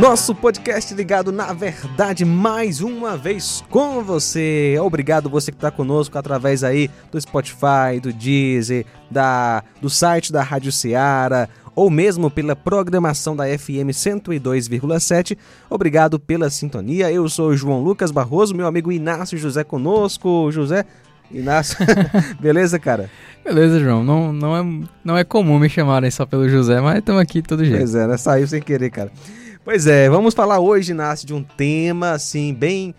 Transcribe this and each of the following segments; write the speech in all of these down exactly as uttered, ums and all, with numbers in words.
Nosso podcast ligado na verdade mais uma vez com você. Obrigado você que está conosco através aí do Spotify, do Deezer, da, do site da Rádio Ceará ou mesmo pela programação da F M cento e dois vírgula sete. Obrigado pela sintonia. Eu sou o João Lucas Barroso, meu amigo Inácio José conosco. José, Inácio, beleza, cara? Beleza, João. Não, não, é, não é comum me chamarem só pelo José, mas estamos aqui de todo jeito. Pois é, né? Saiu sem querer, cara. Pois é, vamos falar hoje, Inácio, de um tema, assim, bem,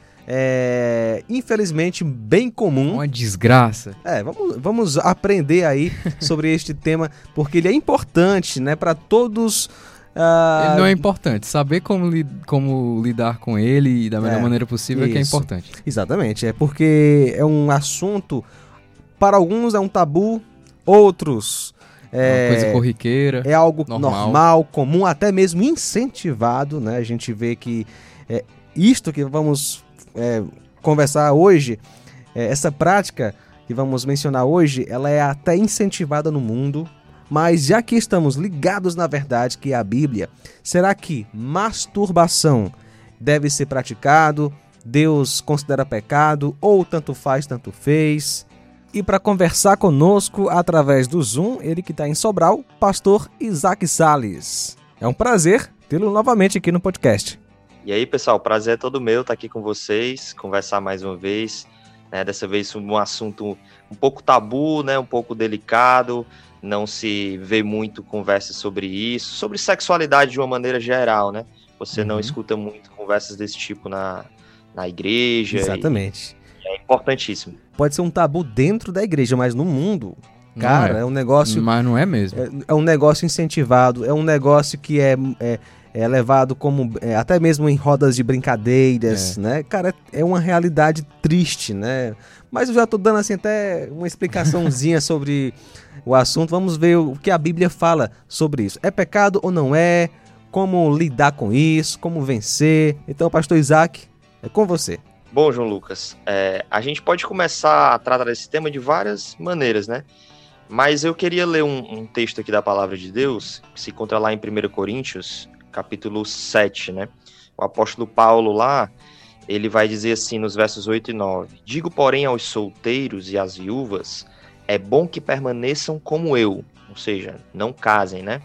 é, infelizmente, bem comum. Uma desgraça. É, vamos, vamos aprender aí sobre este tema, porque ele é importante, né, para todos. Uh... Ele não é importante. Saber como, li, como lidar com ele da melhor é, maneira possível isso. É que é importante. Exatamente, é porque é um assunto, para alguns é um tabu, outros... É, uma coisa corriqueira, é algo normal. normal, comum, até mesmo incentivado, né? A gente vê que é, isto que vamos é, conversar hoje, é, essa prática que vamos mencionar hoje, ela é até incentivada no mundo, mas já que estamos ligados na verdade, que é a Bíblia, será que masturbação deve ser praticado? Deus considera pecado? Ou tanto faz, tanto fez? E para conversar conosco através do Zoom, ele que está em Sobral, pastor Isaac Salles. É um prazer tê-lo novamente aqui no podcast. E aí, pessoal, o prazer é todo meu estar aqui com vocês, conversar mais uma vez, né? Dessa vez sobre um assunto um pouco tabu, né? Um pouco delicado, não se vê muito conversa sobre isso, sobre sexualidade de uma maneira geral, né? Você uhum. não escuta muito conversas desse tipo na, na igreja. Exatamente. E é importantíssimo. Pode ser um tabu dentro da igreja, mas no mundo, cara, é. é um negócio... Mas não é mesmo. É, é um negócio incentivado, é um negócio que é, é, é levado como, é, até mesmo em rodas de brincadeiras, é. né? Cara, é uma realidade triste, né? Mas eu já tô dando, assim, até uma explicaçãozinha sobre o assunto. Vamos ver o que a Bíblia fala sobre isso. É pecado ou não é? Como lidar com isso? Como vencer? Então, pastor Isaac, é com você. Bom, João Lucas, é, a gente pode começar a tratar desse tema de várias maneiras, né? Mas eu queria ler um, um texto aqui da Palavra de Deus, que se encontra lá em primeira Coríntios, capítulo sete, né? O apóstolo Paulo lá, ele vai dizer assim nos versos oito e nove: Digo, porém, aos solteiros e às viúvas, é bom que permaneçam como eu, ou seja, não casem, né?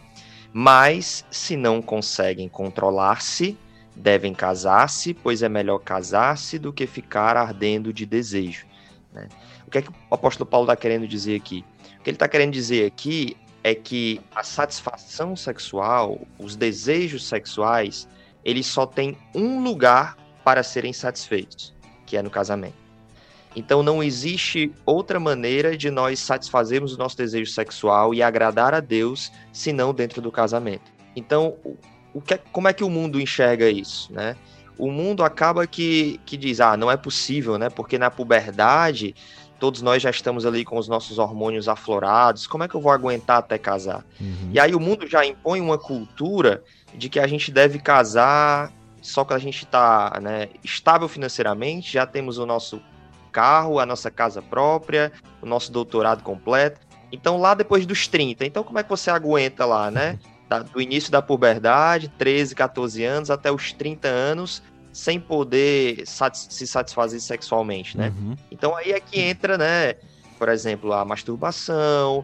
Mas, se não conseguem controlar-se, devem casar-se, pois é melhor casar-se do que ficar ardendo de desejo. Né? O que é que o apóstolo Paulo está querendo dizer aqui? O que ele está querendo dizer aqui é que a satisfação sexual, os desejos sexuais, eles só têm um lugar para serem satisfeitos, que é no casamento. Então não existe outra maneira de nós satisfazermos o nosso desejo sexual e agradar a Deus, senão dentro do casamento. Então, O que, como é que o mundo enxerga isso, né? O mundo acaba que, que diz, ah, não é possível, né? Porque na puberdade, todos nós já estamos ali com os nossos hormônios aflorados, como é que eu vou aguentar até casar? Uhum. E aí o mundo já impõe uma cultura de que a gente deve casar só que a gente está, né, estável financeiramente, já temos o nosso carro, a nossa casa própria, o nosso doutorado completo. Então lá depois dos trinta, então como é que você aguenta lá, né? Do início da puberdade, treze, catorze anos, até os trinta anos, sem poder satis- se satisfazer sexualmente, né? Uhum. Então aí é que entra, né, por exemplo, a masturbação,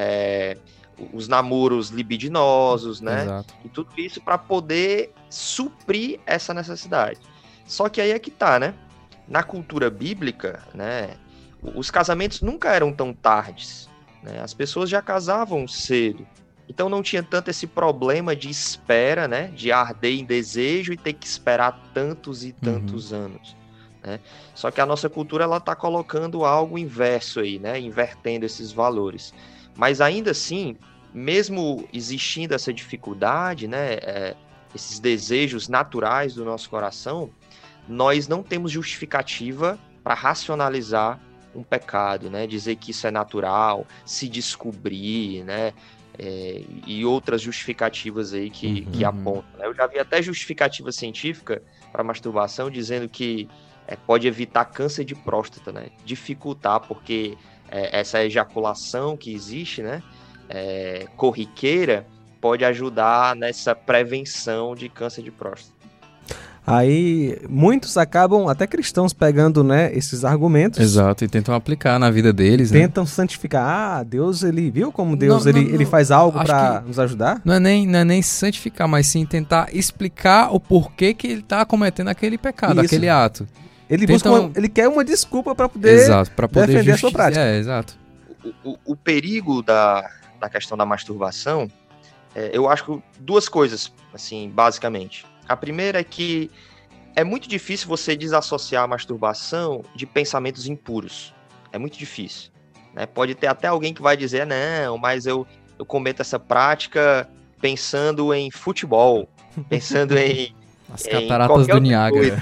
é, os namoros libidinosos, né? Exato. E tudo isso para poder suprir essa necessidade. Só que aí é que tá, né? Na cultura bíblica, né, os casamentos nunca eram tão tardes, né? As pessoas já casavam cedo. Então não tinha tanto esse problema de espera, né? De arder em desejo e ter que esperar tantos e tantos uhum. anos. Né? Só que a nossa cultura ela está colocando algo inverso aí, né? Invertendo esses valores. Mas ainda assim, mesmo existindo essa dificuldade, né? É, esses desejos naturais do nosso coração, nós não temos justificativa para racionalizar um pecado, né? Dizer que isso é natural, se descobrir, né? É, e outras justificativas aí que, uhum. que apontam. Né? Eu já vi até justificativa científica para masturbação dizendo que é, pode evitar câncer de próstata, né? Dificultar, porque é, essa ejaculação que existe, né? É, corriqueira, pode ajudar nessa prevenção de câncer de próstata. Aí muitos acabam, até cristãos, pegando, né, esses argumentos. Exato, e tentam aplicar na vida deles. Tentam, né, santificar. Ah, Deus, ele viu como Deus não, ele, não, não. ele faz algo para nos ajudar? Não é, nem, não é nem santificar, mas sim tentar explicar o porquê que ele está cometendo aquele pecado, Isso. aquele ato. Ele, Tentam... busca uma, ele quer uma desculpa para poder, exato, pra poder defender justi... a sua prática. É, exato. O, o, o perigo da, da questão da masturbação, é, eu acho duas coisas, assim, basicamente. A primeira é que é muito difícil você desassociar a masturbação de pensamentos impuros. É muito difícil. Né? Pode ter até alguém que vai dizer, não, mas eu, eu cometo essa prática pensando em futebol, pensando em... As cataratas do Niágara.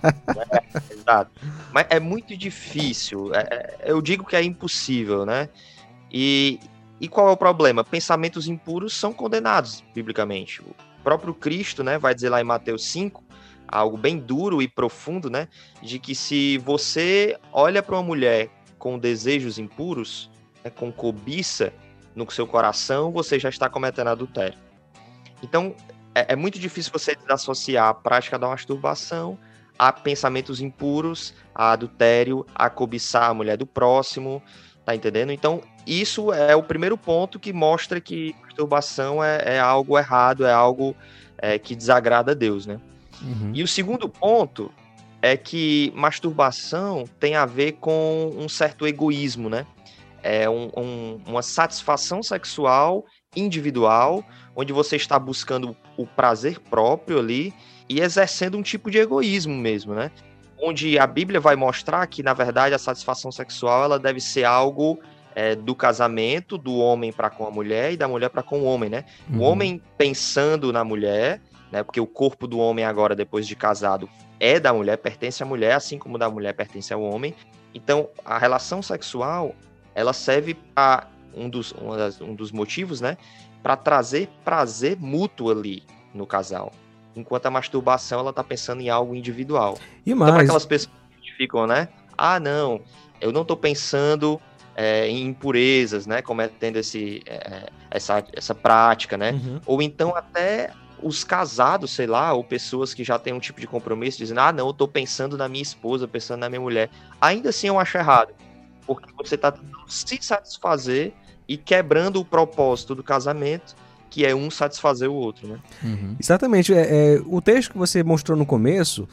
É, exato. Mas é muito difícil. É, eu digo que é impossível, né? E, e qual é o problema? Pensamentos impuros são condenados, biblicamente. O próprio Cristo, né, vai dizer lá em Mateus cinco, algo bem duro e profundo, né? De que se você olha para uma mulher com desejos impuros, né, com cobiça no seu coração, você já está cometendo adultério. Então, é, é muito difícil você desassociar a prática da masturbação a pensamentos impuros, a adultério, a cobiçar a mulher do próximo, tá entendendo? Então, isso é o primeiro ponto que mostra que masturbação é, é algo errado, é algo é, que desagrada a Deus, né? Uhum. E o segundo ponto é que masturbação tem a ver com um certo egoísmo, né? É um, um, uma satisfação sexual individual, onde você está buscando o prazer próprio ali e exercendo um tipo de egoísmo mesmo, né? Onde a Bíblia vai mostrar que, na verdade, a satisfação sexual ela deve ser algo é, do casamento, do homem para com a mulher e da mulher para com o homem, né? Uhum. O homem pensando na mulher, né? Porque o corpo do homem agora, depois de casado, é da mulher, pertence à mulher, assim como da mulher pertence ao homem. Então, a relação sexual, ela serve para um dos, um, das, um dos motivos, né? Para trazer prazer mútuo ali no casal. Enquanto a masturbação, ela tá pensando em algo individual. E mais... Então, para aquelas pessoas que ficam, né? Ah, não, eu não tô pensando é, em impurezas, né? Cometendo esse, é, essa, essa prática, né? Uhum. Ou então até os casados, sei lá, ou pessoas que já têm um tipo de compromisso, dizendo, ah, não, eu tô pensando na minha esposa, pensando na minha mulher. Ainda assim eu acho errado, porque você tá tentando se satisfazer e quebrando o propósito do casamento, que é um satisfazer o outro, né? Uhum. Exatamente. É, é, o texto que você mostrou no começo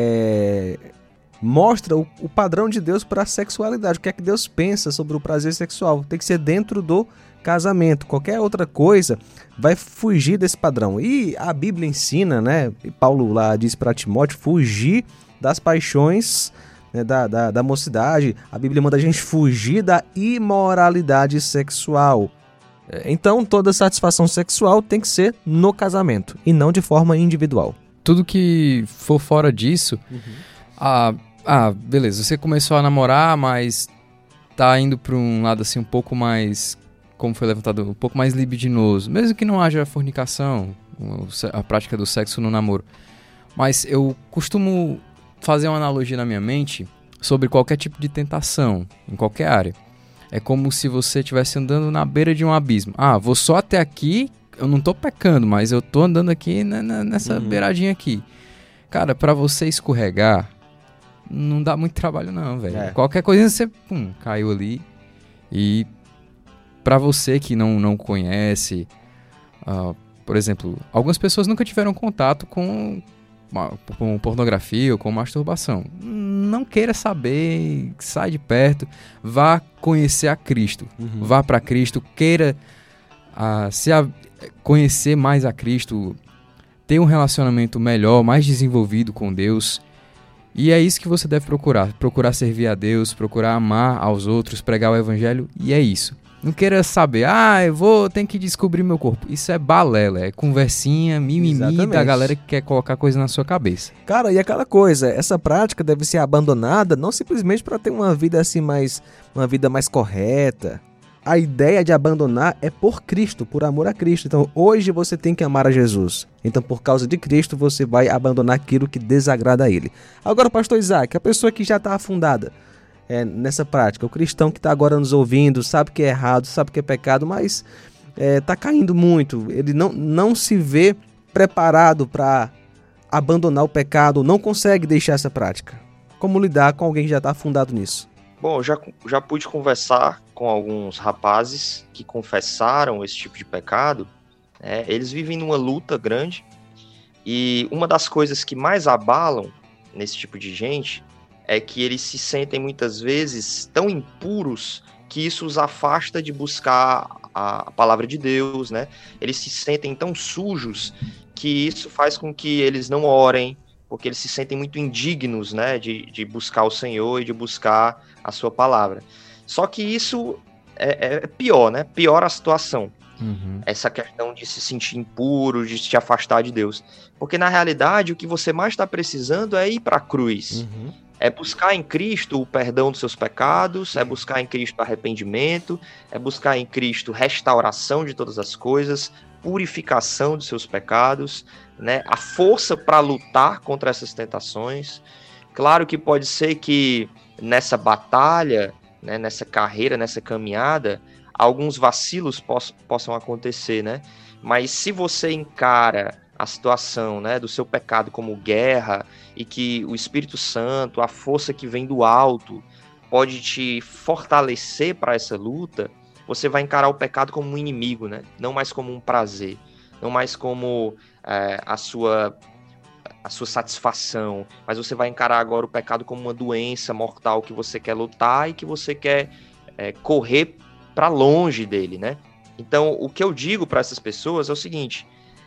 é, mostra o, o padrão de Deus para a sexualidade. O que é que Deus pensa sobre o prazer sexual? Tem que ser dentro do casamento. Qualquer outra coisa vai fugir desse padrão. E a Bíblia ensina, né? E Paulo lá diz para Timóteo, fugir das paixões, né, da, da, da mocidade. A Bíblia manda a gente fugir da imoralidade sexual. Então, toda satisfação sexual tem que ser no casamento e não de forma individual. Tudo que for fora disso, uhum. ah, ah, beleza, você começou a namorar, mas tá indo para um lado assim um pouco mais, como foi levantado, um pouco mais libidinoso, mesmo que não haja fornicação, a prática do sexo no namoro. Mas eu costumo fazer uma analogia na minha mente sobre qualquer tipo de tentação, em qualquer área. É como se você estivesse andando na beira de um abismo. Ah, vou só até aqui, eu não tô pecando, mas eu tô andando aqui nessa uhum. beiradinha aqui. Cara, pra você escorregar, não dá muito trabalho não, velho. É. Qualquer coisinha você, pum, caiu ali. E pra você que não, não conhece, uh, por exemplo, algumas pessoas nunca tiveram contato com... com pornografia ou com masturbação. Não queira saber, sai de perto, vá conhecer a Cristo, uhum. vá para Cristo, queira uh, se a, conhecer mais a Cristo, ter um relacionamento melhor, mais desenvolvido com Deus, e é isso que você deve procurar, procurar servir a Deus, procurar amar aos outros, pregar o Evangelho, e é isso. Não queira saber, ah, eu vou, tenho que descobrir meu corpo. Isso é balela, é conversinha, mimimi Exatamente. Da galera que quer colocar coisa na sua cabeça. Cara, e aquela coisa, essa prática deve ser abandonada não simplesmente para ter uma vida assim mais, uma vida mais correta. A ideia de abandonar é por Cristo, por amor a Cristo. Então, hoje você tem que amar a Jesus. Então, por causa de Cristo, você vai abandonar aquilo que desagrada a Ele. Agora, pastor Isaac, a pessoa que já está afundada, É, nessa prática, o cristão que está agora nos ouvindo, sabe que é errado, sabe que é pecado, mas está caindo muito, ele não, não se vê preparado para abandonar o pecado, não consegue deixar essa prática. Como lidar com alguém que já está afundado nisso? Bom, eu já, já pude conversar com alguns rapazes que confessaram esse tipo de pecado. É, eles vivem numa luta grande, e uma das coisas que mais abalam nesse tipo de gente é que eles se sentem muitas vezes tão impuros que isso os afasta de buscar a palavra de Deus, né? Eles se sentem tão sujos que isso faz com que eles não orem, porque eles se sentem muito indignos, né, de, de buscar o Senhor e de buscar a sua palavra. Só que isso é, é pior, né? Piora a situação. Uhum. Essa questão de se sentir impuro, de se afastar de Deus. Porque, na realidade, o que você mais está precisando é ir para a cruz. Uhum. É buscar em Cristo o perdão dos seus pecados, é buscar em Cristo arrependimento, é buscar em Cristo restauração de todas as coisas, purificação dos seus pecados, né? A força para lutar contra essas tentações. Claro que pode ser que nessa batalha, né, nessa carreira, nessa caminhada, alguns vacilos poss- possam acontecer, né? Mas se você encara a situação, né, do seu pecado como guerra, e que o Espírito Santo, a força que vem do alto, pode te fortalecer para essa luta, você vai encarar o pecado como um inimigo, né? Não mais como um prazer, não mais como é, a sua a sua satisfação, mas você vai encarar agora o pecado como uma doença mortal que você quer lutar e que você quer é, correr para longe dele, né? Então, o que eu digo para essas pessoas é o seguinte: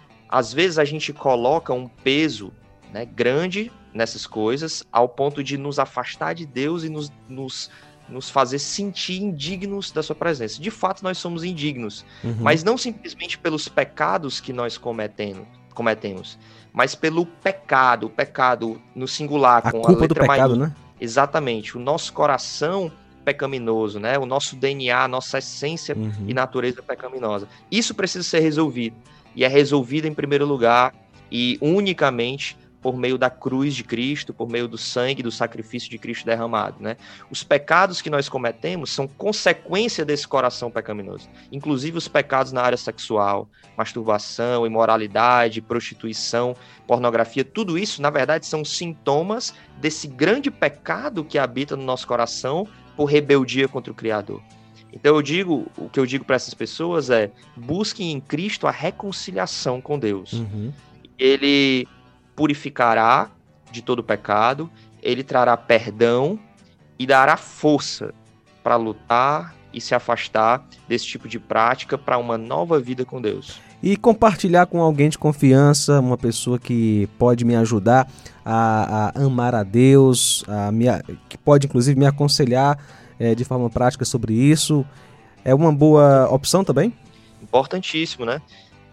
às vezes a gente coloca um peso, né, grande nessas coisas, ao ponto de nos afastar de Deus e nos, nos, nos fazer sentir indignos da sua presença. De fato, nós somos indignos, uhum. mas não simplesmente pelos pecados que nós cometemos, cometemos, mas pelo pecado, o pecado no singular, a com culpa a letra do pecado, maiúscula. Né? Exatamente, o nosso coração pecaminoso, né? O nosso D N A, a nossa essência uhum. e natureza pecaminosa. Isso precisa ser resolvido, e é resolvido em primeiro lugar e unicamente por meio da cruz de Cristo, por meio do sangue, do sacrifício de Cristo derramado, né? Os pecados que nós cometemos são consequência desse coração pecaminoso, inclusive os pecados na área sexual, masturbação, imoralidade, prostituição, pornografia, tudo isso, na verdade, são sintomas desse grande pecado que habita no nosso coração por rebeldia contra o Criador. Então eu digo, o que eu digo para essas pessoas é: busquem em Cristo a reconciliação com Deus. Uhum. Ele purificará de todo pecado, ele trará perdão e dará força para lutar e se afastar desse tipo de prática para uma nova vida com Deus. E compartilhar com alguém de confiança, uma pessoa que pode me ajudar a, a amar a Deus, a me, que pode inclusive me aconselhar é, de forma prática sobre isso, é uma boa opção também? Importantíssimo, né?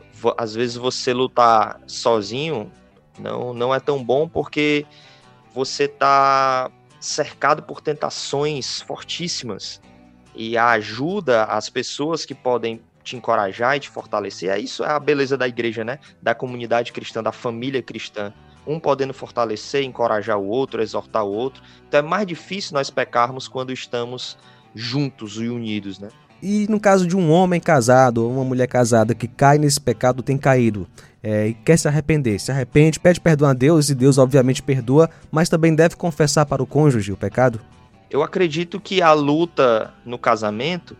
Às vezes você lutar sozinho não, não é tão bom, porque você está cercado por tentações fortíssimas, e a ajuda às pessoas que podem te encorajar e te fortalecer, é isso, é a beleza da igreja, né? Da comunidade cristã, da família cristã, um podendo fortalecer, encorajar o outro, exortar o outro. Então é mais difícil nós pecarmos quando estamos juntos e unidos, né? E no caso de um homem casado ou uma mulher casada que cai nesse pecado, tem caído, é, e quer se arrepender, se arrepende, pede perdão a Deus, e Deus obviamente perdoa, mas também deve confessar para o cônjuge o pecado? Eu acredito que a luta no casamento,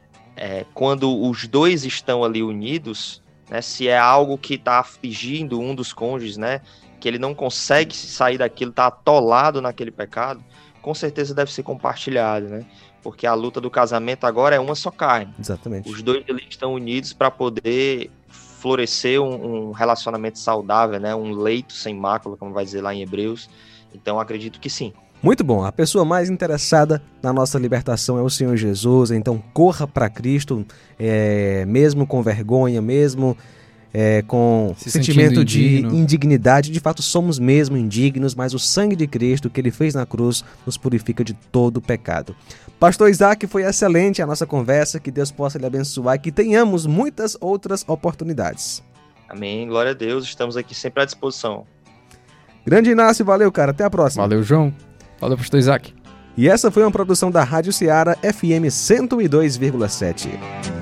é, quando os dois estão ali unidos, né, se é algo que está afligindo um dos cônjuges, né, que ele não consegue sair daquilo, está atolado naquele pecado, com certeza deve ser compartilhado, né? Porque a luta do casamento agora é uma só carne. Exatamente. Os dois ali estão unidos para poder florescer um, um relacionamento saudável, né? Um leito sem mácula, como vai dizer lá em Hebreus. Então, acredito que sim. Muito bom. A pessoa mais interessada na nossa libertação é o Senhor Jesus. Então, corra para Cristo, é, mesmo com vergonha, mesmo é, com Se sentimento de indigno. indignidade. De fato, somos mesmo indignos, mas o sangue de Cristo que Ele fez na cruz nos purifica de todo o pecado. Pastor Isaac, foi excelente a nossa conversa, que Deus possa lhe abençoar e que tenhamos muitas outras oportunidades. Amém, glória a Deus, estamos aqui sempre à disposição. Grande Inácio, valeu, cara, até a próxima. Valeu, João. Valeu, Pastor Isaac. E essa foi uma produção da Rádio Ceará F M cento e dois vírgula sete.